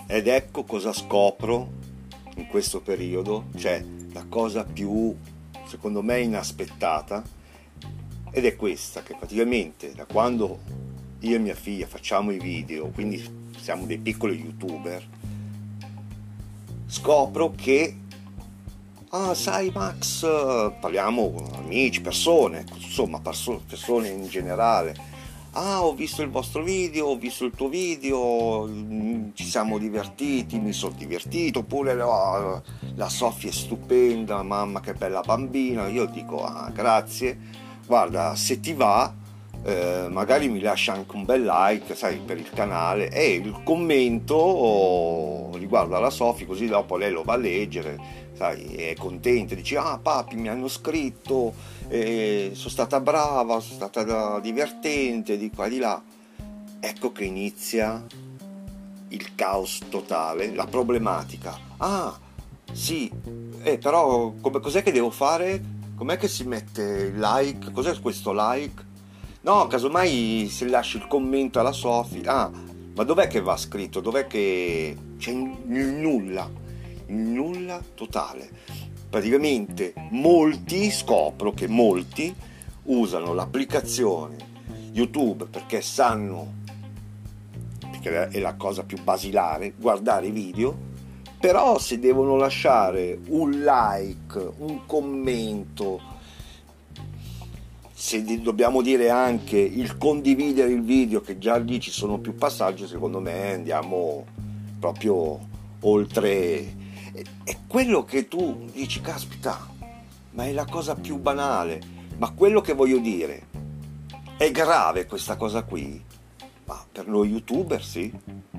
Ed ecco cosa scopro in questo periodo, cioè la cosa più, secondo me, inaspettata, ed è questa, che praticamente da quando io e mia figlia facciamo i video, quindi siamo dei piccoli youtuber, scopro che, sai Max, parliamo con amici, persone, insomma persone in generale, ho visto il vostro video, ho visto il tuo video, ci siamo divertiti, mi sono divertito, oppure la Sofia è stupenda, mamma che bella bambina. Io dico, grazie, guarda, se ti va, magari mi lascia anche un bel like, sai, per il canale, e il commento riguardo alla Sofia, così dopo lei lo va a leggere, sai, è contenta, dici, papi, mi hanno scritto, sono stata brava, sono stata divertente, di qua di là. Ecco che inizia il caos totale, la problematica. Sì, però cos'è che devo fare? Com'è che si mette il like? Cos'è questo like? No, casomai se lasci il commento alla Sofia. Ma dov'è che va scritto? Dov'è che c'è il nulla totale? Praticamente scopro che molti usano l'applicazione YouTube perché sanno, perché è la cosa più basilare, guardare i video, però se devono lasciare un like, un commento, se dobbiamo dire anche il condividere il video, che già lì ci sono più passaggi, secondo me andiamo proprio oltre. È quello che tu dici, caspita, ma è la cosa più banale. Ma quello che voglio dire, è grave questa cosa qui? Ma per noi youtuber sì,